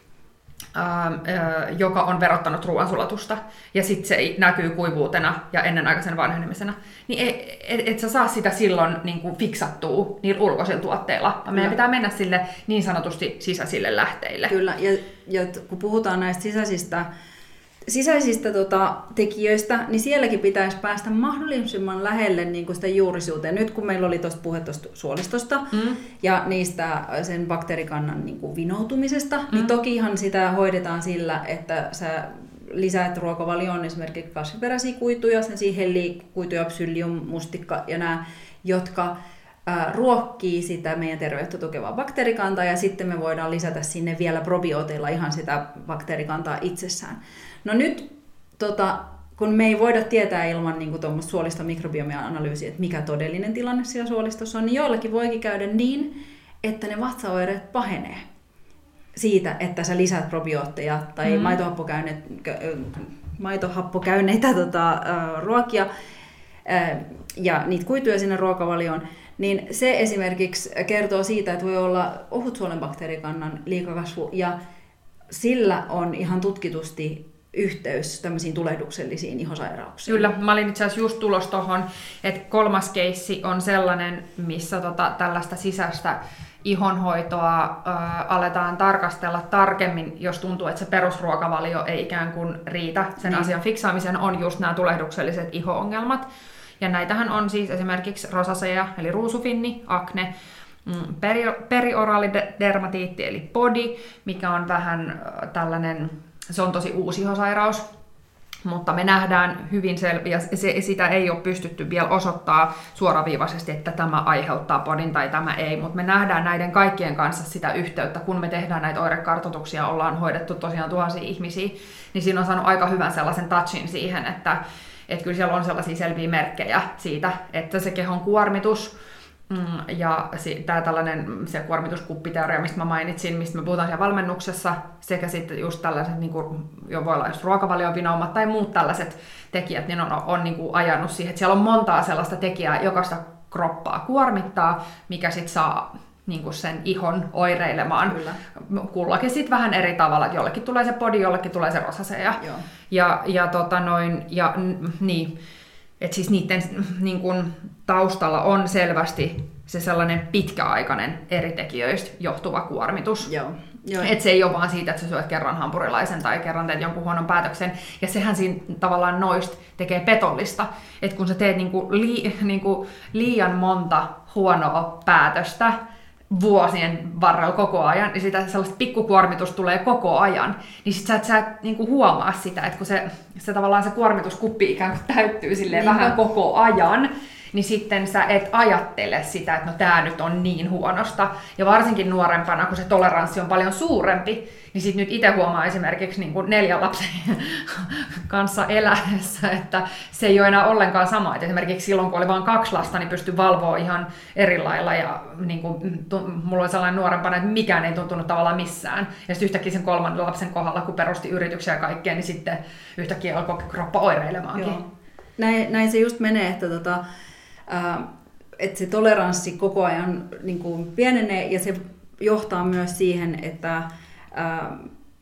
ää, ää, joka on verottanut ruoansulatusta, ja sitten se näkyy kuivuutena ja ennenaikaisen vanhenemisena, niin et, et, et sä saa sitä silloin niin kuin fiksattua niillä ulkoisilla tuotteilla. Meidän pitää mennä sille niin sanotusti sisäisille lähteille. Kyllä, ja, ja kun puhutaan näistä sisäisistä sisäisistä tota, tekijöistä, niin sielläkin pitäisi päästä mahdollisimman lähelle niin kuin sitä juurisuuteen. Nyt kun meillä oli tuosta puhe tuosta suolistosta mm. ja niistä sen bakteerikannan niin kuin vinoutumisesta, mm. niin tokihan sitä hoidetaan sillä, että sä lisäät ruokavalioon esimerkiksi kasviperäisiä kuituja, sen siihen liikuituja, psyllium, mustikka ja nämä, jotka ää, ruokkii sitä meidän terveyttä tukevaa bakteerikantaa, ja sitten me voidaan lisätä sinne vielä probiooteilla ihan sitä bakteerikantaa itsessään. No nyt, tota, kun me ei voida tietää ilman niin kuin tuommoista suoliston mikrobiomia-analyysiä, että mikä todellinen tilanne siellä suolistossa on, niin joillakin voikin käydä niin, että ne vatsaoireet pahenee siitä, että sä lisät probiootteja tai mm. maitohappokäyneitä, maitohappokäyneitä tota, äh, ruokia äh, ja niitä kuituja sinne ruokavalioon, niin se esimerkiksi kertoo siitä, että voi olla ohutsuolen bakteerikannan liikakasvu, ja sillä on ihan tutkitusti yhteys tämmöisiin tulehduksellisiin ihosairauksiin. Kyllä, mä olin itse asiassa just tulos tohon, että kolmas keissi on sellainen, missä tota, tällaista sisäistä ihonhoitoa ö, aletaan tarkastella tarkemmin, jos tuntuu, että se perusruokavalio ei ikään kuin riitä sen niin. asian fiksaamiseen, on just nämä tulehdukselliset iho-ongelmat. Ja näitähän on siis esimerkiksi rosacea, eli ruusufinni, akne, peri- perioraalidermatiitti, eli podi, mikä on vähän tällainen, se on tosi uusi ihosairaus, mutta me nähdään hyvin selviä, se, sitä ei ole pystytty vielä osoittaa suoraviivaisesti, että tämä aiheuttaa podin tai tämä ei, mutta me nähdään näiden kaikkien kanssa sitä yhteyttä, kun me tehdään näitä oirekartoituksia, ollaan hoidettu tosiaan tuhansia ihmisiä, niin siinä on saanut aika hyvän sellaisen touchin siihen, että, että kyllä siellä on sellaisia selviä merkkejä siitä, että se kehon kuormitus, ja tämä tällainen se kuormituskuppi-teoria, mistä mä mainitsin, mistä me puhutaan siellä valmennuksessa, sekä sitten just tällaiset, niin kuin, jo voi olla just ruokavaliovinoumat tai muut tällaiset tekijät, niin on, on niin kuin ajanut siihen, että siellä on montaa sellaista tekijää, jokaista kroppaa kuormittaa, mikä sitten saa niin kuin sen ihon oireilemaan. Kyllä. Kullakin sitten vähän eri tavalla, että jollekin tulee se podi, jollekin tulee se rosacea. Ja, ja, tota noin, ja niin... Että siis niiden niin kun, taustalla on selvästi se sellainen pitkäaikainen eri tekijöistä johtuva kuormitus. Joo. Joo. Että se ei ole vaan siitä, että sä syöt kerran hampurilaisen tai kerran teet jonkun huonon päätöksen. Ja sehän siinä tavallaan noista tekee petollista. Että kun sä teet niin kun, li, niin kun, liian monta huonoa päätöstä vuosien varrella koko ajan, niin sitä sellaista pikkukuormitusta tulee koko ajan, niin sit sä et, sä et niinku huomaa sitä, että kun se, se tavallaan se kuormituskuppi ikään kuin täyttyy silleen vähän koko ajan, niin sitten sä et ajattele sitä, että no tää nyt on niin huonosta. Ja varsinkin nuorempana, kun se toleranssi on paljon suurempi, niin sitten nyt itse huomaa esimerkiksi niin kuin neljän lapsen kanssa eläessä, että se ei ole enää ollenkaan sama. Et esimerkiksi silloin, kun oli vain kaksi lasta, niin pystyi valvoa ihan eri lailla. Ja niin kuin, mulla oli sellainen nuorempana, että mikään ei tuntunut tavallaan missään. Ja sitten yhtäkkiä sen kolmannen lapsen kohdalla, kun perusti yrityksiä ja kaikkea, niin sitten yhtäkkiä alkoi kroppa oireilemaankin. Joo. Näin, näin se just menee, että, tota, ää, että se toleranssi koko ajan niin kuin pienenee ja se johtaa myös siihen, että Ää,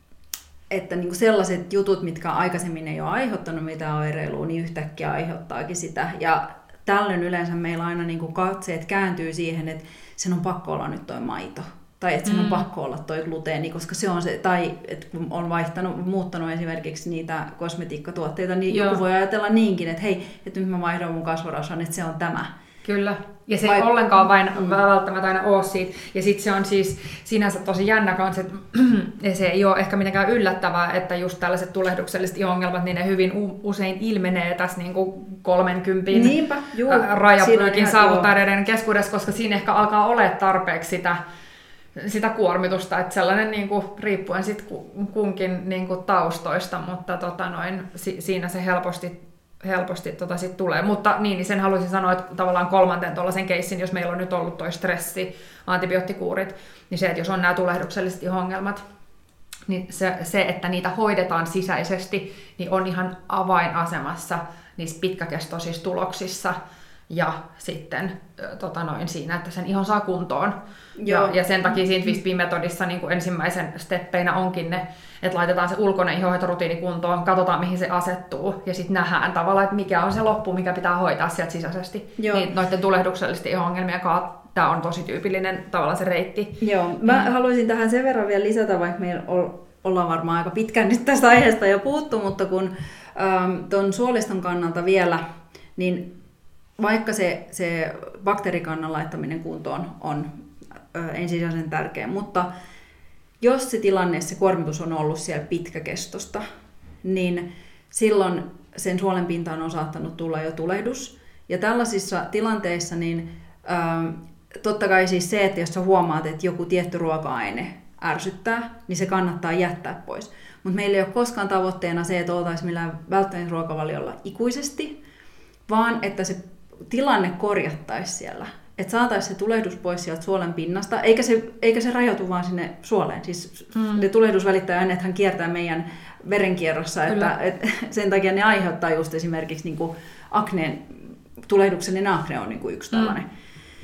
että niinku sellaiset jutut, mitkä aikaisemmin ei ole aiheuttanut mitään oireilua, niin yhtäkkiä aiheuttaakin sitä. Ja tällöin yleensä meillä aina niinku katseet kääntyy siihen, että sen on pakko olla nyt toi maito. Tai että sen mm. on pakko olla toi gluteeni, koska se on se, tai että kun on vaihtanut, muuttanut esimerkiksi niitä kosmetiikkatuotteita, niin Joo. joku voi ajatella niinkin, että hei, että nyt mä vaihdan mun kasvorasvan, että se on tämä. Kyllä. Ja se ei Vai... ollenkaan vain mm. välttämättä aina ole siitä. Ja sitten se on siis sinänsä tosi jännä kanssa, että se ei ole ehkä mitenkään yllättävää, että just tällaiset tulehdukselliset ongelmat, niin ne hyvin usein ilmenee tässä niin kuin kolmenkympin Niinpä, juu, rajapyykin saavuttaneiden keskuudessa, koska siinä ehkä alkaa olemaan tarpeeksi sitä, sitä kuormitusta, että sellainen niin kuin, riippuen sit kunkin niin kuin, taustoista, mutta tota noin, si- siinä se helposti helposti tota sit tulee. Mutta niin, niin sen haluaisin sanoa, että tavallaan kolmanten tuollaisen keissin, jos meillä on nyt ollut toi stressi, antibioottikuurit, niin se, että jos on nämä tulehdukselliset ongelmat, niin se, se, että niitä hoidetaan sisäisesti, niin on ihan avainasemassa niissä pitkäkestoisissa tuloksissa ja sitten tota noin, siinä, että sen ihon saa kuntoon. Ja, ja sen takia siinä Twist-metodissa niin kuin ensimmäisen steppeinä onkin ne, että laitetaan se ulkoinen ihonhoitorutiini kuntoon, katsotaan mihin se asettuu ja sitten nähdään tavallaan, että mikä on se loppu, mikä pitää hoitaa sieltä sisäisesti. Niin noiden tulehduksellisten ihon-ongelmien kanssa tämä on tosi tyypillinen tavallaan se reitti. Joo, mä mm. haluaisin tähän sen verran vielä lisätä, vaikka meillä ollaan varmaan aika pitkään nyt tästä aiheesta jo puhuttu, mutta kun ähm, ton suoliston kannalta vielä, niin vaikka se, se bakteerikannan laittaminen kuntoon on ö, ensisijaisen tärkeä, mutta jos se tilanne, se kuormitus on ollut siellä pitkäkestosta, niin silloin sen suolen pintaan on saattanut tulla jo tulehdus. Ja tällaisissa tilanteissa, niin ö, totta kai siis se, että jos sä huomaat, että joku tietty ruoka-aine ärsyttää, niin se kannattaa jättää pois. Mutta meillä ei ole koskaan tavoitteena se, että oltaisiin millään välttämisruokavaliolla ikuisesti, vaan että se tilanne korjattaisiin siellä. Että saataisiin se tulehdus pois sieltä suolen pinnasta, eikä se, eikä se rajoitu vaan sinne suoleen. Siis mm. ne tulehdusvälittäjäaineethan kiertää meidän verenkierrossa, että, että sen takia ne aiheuttaa just esimerkiksi niin kuin akneen, tulehduksellinen akne on niin kuin yksi tällainen. Mm.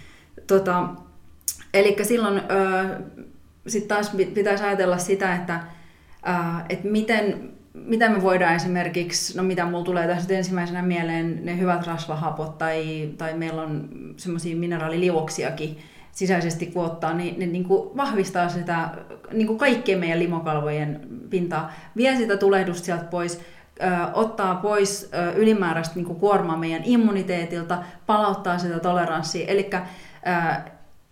Tota, eli silloin ö, sit taas pitäisi ajatella sitä, että ö, et miten, mitä me voidaan esimerkiksi, no mitä mulla tulee tässä ensimmäisenä mieleen, ne hyvät rasvahapot tai, tai meillä on semmoisia mineraaliliuoksiakin sisäisesti kun ottaa, niin ne niin kuin vahvistaa sitä niin kuin kaikkien meidän limokalvojen pintaa, vie sitä tulehdusta sieltä pois, ö, ottaa pois ö, ylimääräistä niin kuin kuormaa meidän immuniteetilta, palauttaa sitä toleranssia, eli ö,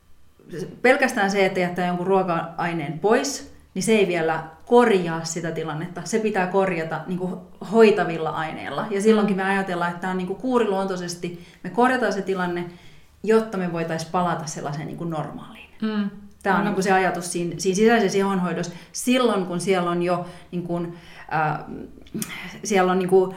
pelkästään se, että jättää jonkun ruoka-aineen pois, niin se ei vielä korjaa sitä tilannetta. Se pitää korjata niin kuin hoitavilla aineilla. Ja silloinkin me ajatellaan, että tämä on niin kuin kuuriluontoisesti, me korjataan se tilanne, jotta me voitaisiin palata sellaiseen niin kuin normaaliin. Mm. Tämä on no. niin kuin se ajatus siinä, siinä sisäisessä ihonhoidossa. Silloin, kun siellä on jo niin kuin, äh, siellä on niin kuin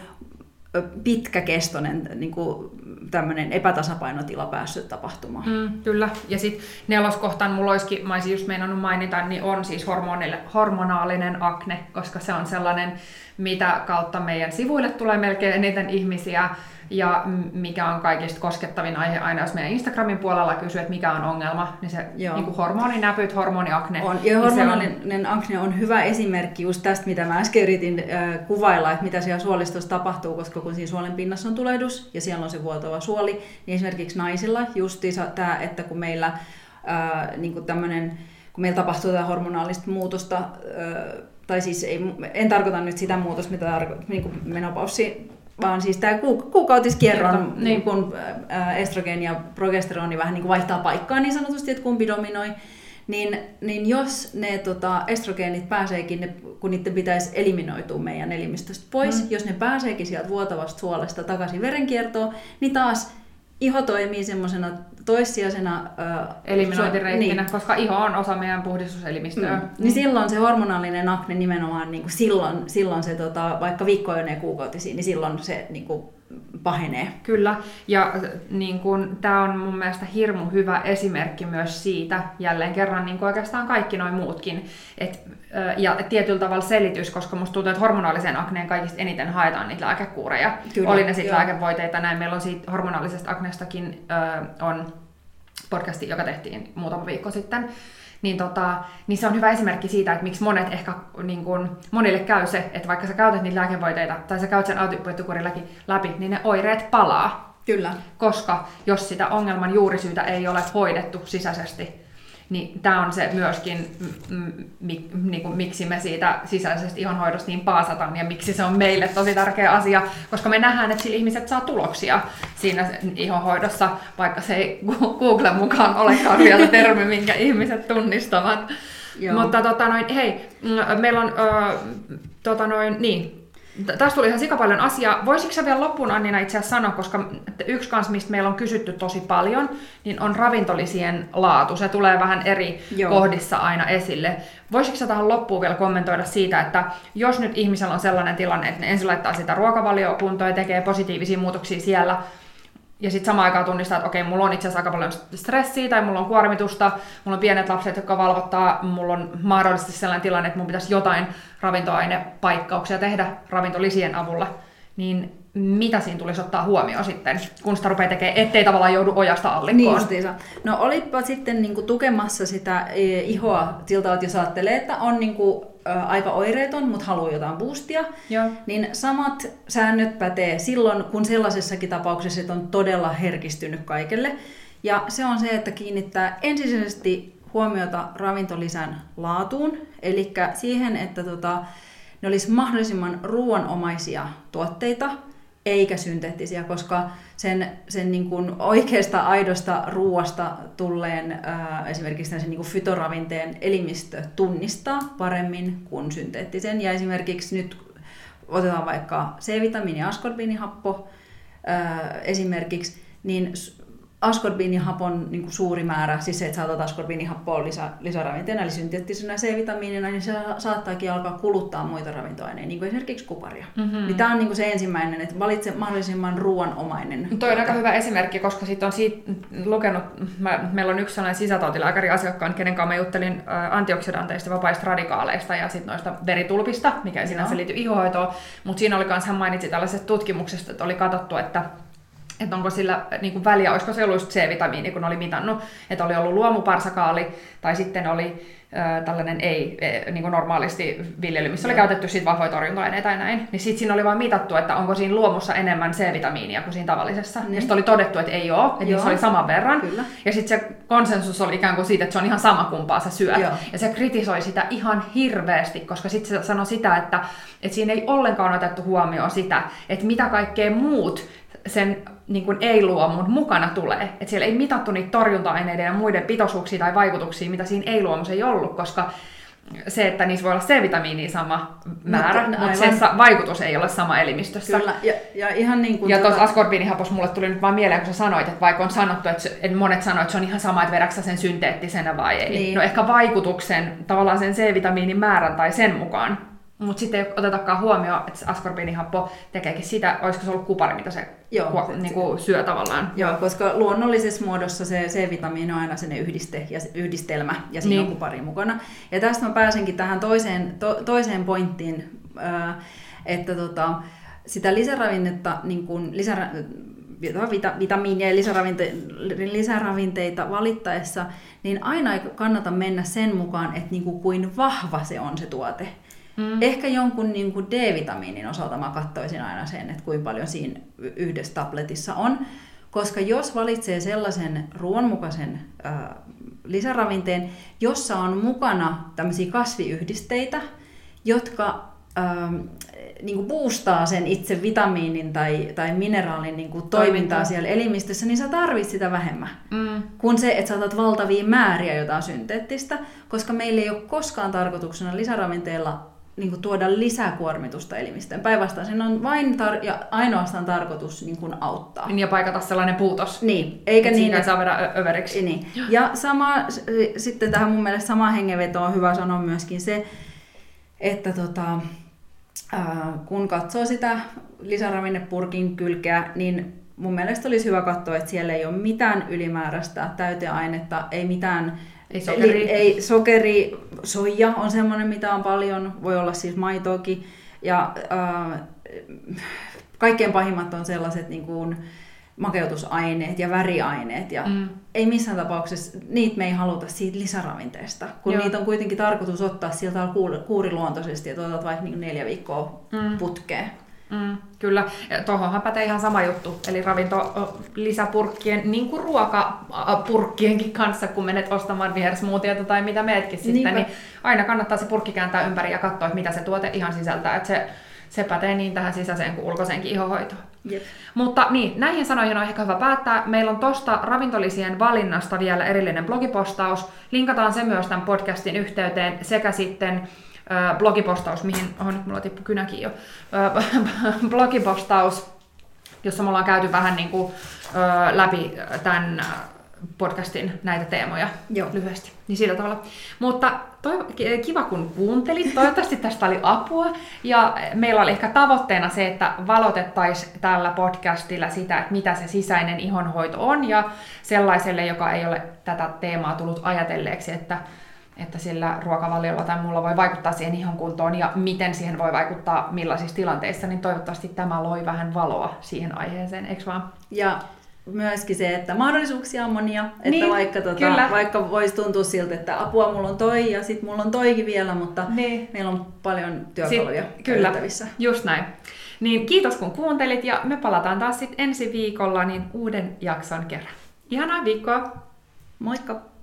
pitkäkestoinen niin kuin tämmöinen epätasapainotila päässyt tapahtumaan. Mm, kyllä. Ja sitten neloskohtaan mulla olisikin, mä olisin just meinannut mainita, niin on siis hormonaalinen akne, koska se on sellainen, mitä kautta meidän sivuille tulee melkein eniten ihmisiä, ja mikä on kaikista koskettavin aihe aina, jos meidän Instagramin puolella kysyy, että mikä on ongelma, niin se niin kuin hormoninäpyt, hormoniakne. On, ja hormonaalinen on... akne on hyvä esimerkki just tästä, mitä mä äsken yritin äh, kuvailla, että mitä siellä suolistossa tapahtuu, koska kun siinä suolen pinnassa on tulehdus ja siellä on se vuotava suoli, niin esimerkiksi naisilla justiinsa tämä, että kun meillä äh, niin kuin tämmönen, kun meillä tapahtuu tätä hormonaalista muutosta, äh, tai siis ei, en tarkoita nyt sitä muutosta, mitä tarkoittaa niin kuin menopaussi, vaan siis tämä kuukautiskierron, niin. kun estrogeeni ja progesteroni vähän niin kuin vaihtaa paikkaa niin sanotusti, että kumpi dominoi, niin, niin jos ne tota, estrogeenit pääseekin, ne, kun niiden pitäisi eliminoitua meidän elimistöstä pois, mm. jos ne pääseekin sieltä vuotavasta suolesta takaisin verenkiertoon, niin taas iho toimii semmoisena toissijaisena äh, eliminointireittinä, niin. Koska iho on osa meidän puhdistuselimistöä. Mm. Mm. Niin silloin se hormonaalinen akne nimenomaan, niin kuin silloin, silloin se tota, vaikka viikkoinen ja kuukautisiin, niin silloin se niin kuin pahenee. Kyllä, ja niin kun, tämä on mun mielestä hirmu hyvä esimerkki myös siitä, jälleen kerran niin kuin oikeastaan kaikki noin muutkin, et, ja tietyllä tavalla selitys, koska musta tuntuu, että hormonaalisen akneen kaikista eniten haetaan niitä lääkekuureja. Kyllä, oli ne sitten lääkevoiteita, näin meillä on siitä hormonaalisesta akneestakin ö, on podcasti, joka tehtiin muutama viikko sitten. Niin, tota, niin se on hyvä esimerkki siitä, että miksi monet ehkä, niin kun, monille käy se, että vaikka sä käytät niitä lääkevoiteita tai sä käyt sen antibiootikurin läpi, niin ne oireet palaa. Kyllä. Koska jos sitä ongelman juurisyytä ei ole hoidettu sisäisesti, niin tämä on se myöskin, m- m- niin kuin, miksi me siitä sisäisestä ihonhoidosta niin paasataan ja miksi se on meille tosi tärkeä asia, koska me nähdään, että sillä ihmiset saa tuloksia siinä ihonhoidossa, vaikka se ei Googlen mukaan olekaan vielä termi, minkä ihmiset tunnistavat. Mutta tota noin, hei, meillä on, äh, tota noin, niin, Tästä tuli ihan sika paljon asiaa. Voisitko sä vielä loppuun, Annina, itse asiassa sanoa, koska yksi kans, mistä meillä on kysytty tosi paljon, niin on ravintolisien laatu. Se tulee vähän eri Joo. kohdissa aina esille. Voisitko sä tähän loppuun vielä kommentoida siitä, että jos nyt ihmisellä on sellainen tilanne, että ne ensin laittaa sitä ruokavalioa kuntoon ja tekee positiivisia muutoksia siellä, ja sitten samaan aikaan tunnistaa, että okei, mulla on itse asiassa aika paljon stressiä tai mulla on kuormitusta, mulla on pienet lapset, jotka valvottaa, mulla on mahdollisesti sellainen tilanne, että mun pitäisi jotain ravintoainepaikkauksia tehdä ravintolisien avulla, niin mitä siinä tulisi ottaa huomioon sitten, kun sitä rupeaa tekemään, ettei tavallaan joudu ojasta allikkoon? Niin justiinsa. No olitpa sitten niinku tukemassa sitä ihoa siltä, että jos ajattelee, että on niinku aika oireeton, mutta haluaa jotain boostia, Joo. niin samat säännöt pätee silloin, kun sellaisessakin tapauksessa, että on todella herkistynyt kaikelle. Ja se on se, että kiinnittää ensisijaisesti huomiota ravintolisän laatuun, eli siihen, että tota, ne olisi mahdollisimman ruoanomaisia tuotteita, eikä synteettisiä, koska sen, sen niin kuin oikeasta aidosta ruoasta tulleen ää, esimerkiksi sen niin kuin fytoravinteen elimistö tunnistaa paremmin kuin synteettisen. Ja esimerkiksi nyt otetaan vaikka C-vitamiini ja askorbiinihappo ää, esimerkiksi, niin askorbiinihapon niin kuin suuri määrä, siis se, että saatat askorbiinihappoa lisä, lisäravinteena, eli synteettisenä C-vitamiinina, niin se saattaakin alkaa kuluttaa muita ravintoaineita, niin kuin esimerkiksi kuparia. Mm-hmm. Niin tämä on niin kuin se ensimmäinen, että valitse mahdollisimman ruoanomainen. Toi on aika hyvä esimerkki, koska sit on siitä lukenut, mä, meillä on yksi sellainen sisätautilääkäri asiakkaan, kenen kanssa mä juttelin ä, antioksidanteista, vapaista radikaaleista ja sitten noista veritulpista, mikä ei sinänsä liity ihohoitoon, mutta siinä oli myös, hän mainitsi tällaisesta tutkimuksesta, että oli katsottu, että että onko sillä niin kuin väliä, olisiko se ollut just C-vitamiini, kun oli mitannut, että oli ollut luomuparsakaali, tai sitten oli äh, tällainen ei, e, niin kuin normaalisti viljely, missä oli käytetty sit vahvoja torjunta-aineita ja näin, niin sitten siinä oli vaan mitattu, että onko siinä luomussa enemmän C-vitamiinia kuin siinä tavallisessa, mm. ja sitten oli todettu, että ei ole, että niissä oli saman verran, Kyllä. ja sitten se konsensus oli ikään kuin siitä, että se on ihan sama kumpaa sä syöt, Joo. ja se kritisoi sitä ihan hirveästi, koska sitten se sanoi sitä, että, että siinä ei ollenkaan otettu huomioon sitä, että mitä kaikkea muut sen niin kuin ei-luomun mukana tulee. Että siellä ei mitattu niitä torjunta-aineiden ja muiden pitoisuuksia tai vaikutuksia, mitä siinä ei-luomussa ei ollut, koska se, että niissä voi olla C-vitamiinia sama määrä, mutta, mutta se vaikutus ei ole sama elimistössä. Kyllä, ja, ja ihan niin kuin... Ja tuossa tuota... askorbiinihapossa mulle tuli nyt vaan mieleen, kun sä sanoit, että vaikka on sanottu, että, se, että monet sanoivat, että se on ihan sama, että vedäksä sen synteettisenä vai ei. Niin. No ehkä vaikutuksen, tavallaan sen C-vitamiinin määrän tai sen mukaan. Mutta sitten ei otetakaan huomioon, että askorbiinihappo tekeekin sitä, olisiko se ollut kupari, mitä se Joo, ku, se, niinku syö tavallaan. Joo, koska luonnollisessa muodossa se C-vitamiini on aina sen yhdiste ja yhdistelmä, ja siinä niin. on kupari mukana. Ja tästä mä pääsenkin tähän toiseen, to, toiseen pointtiin, että tota, sitä lisäravinnetta, niin kun lisärä, vita, vitamiinia ja lisäravinteita, lisäravinteita valittaessa, niin aina ei kannata mennä sen mukaan, että niin kuin, kuin vahva se on se tuote. Mm. Ehkä jonkun niin kuin D-vitamiinin osalta mä katsoisin aina sen, että kuinka paljon siinä yhdessä tabletissa on. Koska jos valitsee sellaisen ruoanmukaisen äh, lisäravinteen, jossa on mukana tämmöisiä kasviyhdisteitä, jotka äh, niin kuin boostaa sen itse vitamiinin tai, tai mineraalin niin kuin toimintaa siellä elimistössä, niin sä tarvitset sitä vähemmän. Mm. Kuin se, että sä otat valtavia määriä jotain synteettistä, koska meillä ei ole koskaan tarkoituksena lisäravinteilla niin kuin tuoda lisäkuormitusta elimistöön. Päinvastoin sen on vain tar- ja ainoastaan tarkoitus niin kuin auttaa. Ja paikata sellainen puutos. Niin, eikä niin, että saa vedä överiksi. Niin. Ja sama, sitten tähän mun mielestä sama hengenveto on hyvä sanoa myöskin se, että tota, ää, kun katsoo sitä lisäravinnepurkin kylkeä, niin mun mielestä olisi hyvä katsoa, että siellä ei ole mitään ylimääräistä täyteainetta, ei mitään. Ei sokeri. Eli, ei sokeri, soija on semmoinen, mitä on paljon, voi olla siis maitoakin. Ja äh, kaikkein pahimmat on sellaiset niin kuin makeutusaineet ja väriaineet. Ja mm. ei missään tapauksessa, niitä me ei haluta siitä lisäravinteesta, kun Joo. niitä on kuitenkin tarkoitus ottaa sieltä kuuriluontoisesti, että otat vaikka niin neljä viikkoa mm. putkeen. Mm, kyllä. Tuohonhan pätee ihan sama juttu. Eli ravintolisäpurkkien, niin kuin ruokapurkkienkin kanssa, kun menet ostamaan vihersmoothieta tai mitä meetkin sitten, Niinpä. niin aina kannattaa se purkki kääntää ympäri ja katsoa, että mitä se tuote ihan sisältää. Että se, se pätee niin tähän sisäiseen kuin ulkoiseenkin ihohoitoon. Yep. Mutta niin, näihin sanoihin on ehkä hyvä päättää. Meillä on tuosta ravintolisien valinnasta vielä erillinen blogipostaus. Linkataan se myös tämän podcastin yhteyteen sekä sitten blogipostaus, mihin, oho nyt mulla tippu kynäkin jo, blogipostaus, jossa me ollaan käyty vähän niin kuin, läpi tämän podcastin näitä teemoja Joo. lyhyesti. Niin sillä tavalla. Mutta toi, kiva kun kuuntelit, toivottavasti tästä oli apua ja meillä oli ehkä tavoitteena se, että valotettaisiin tällä podcastilla sitä, että mitä se sisäinen ihonhoito on ja sellaiselle, joka ei ole tätä teemaa tullut ajatelleeksi, että että sillä ruokavaliolla tai muulla voi vaikuttaa siihen ihon kuntoon ja miten siihen voi vaikuttaa millaisissa tilanteissa, niin toivottavasti tämä loi vähän valoa siihen aiheeseen, eikö vaan? Ja myöskin se, että mahdollisuuksia on monia, että niin, vaikka, tota, vaikka voisi tuntua siltä, että apua mulla on toi ja sitten mulla on toikin vielä, mutta niin. meillä on paljon työkaluja käytettävissä. Kyllä, just näin. Niin kiitos kun kuuntelit ja me palataan taas sitten ensi viikolla niin uuden jakson kerran. Ihanaa viikkoa! Moikka!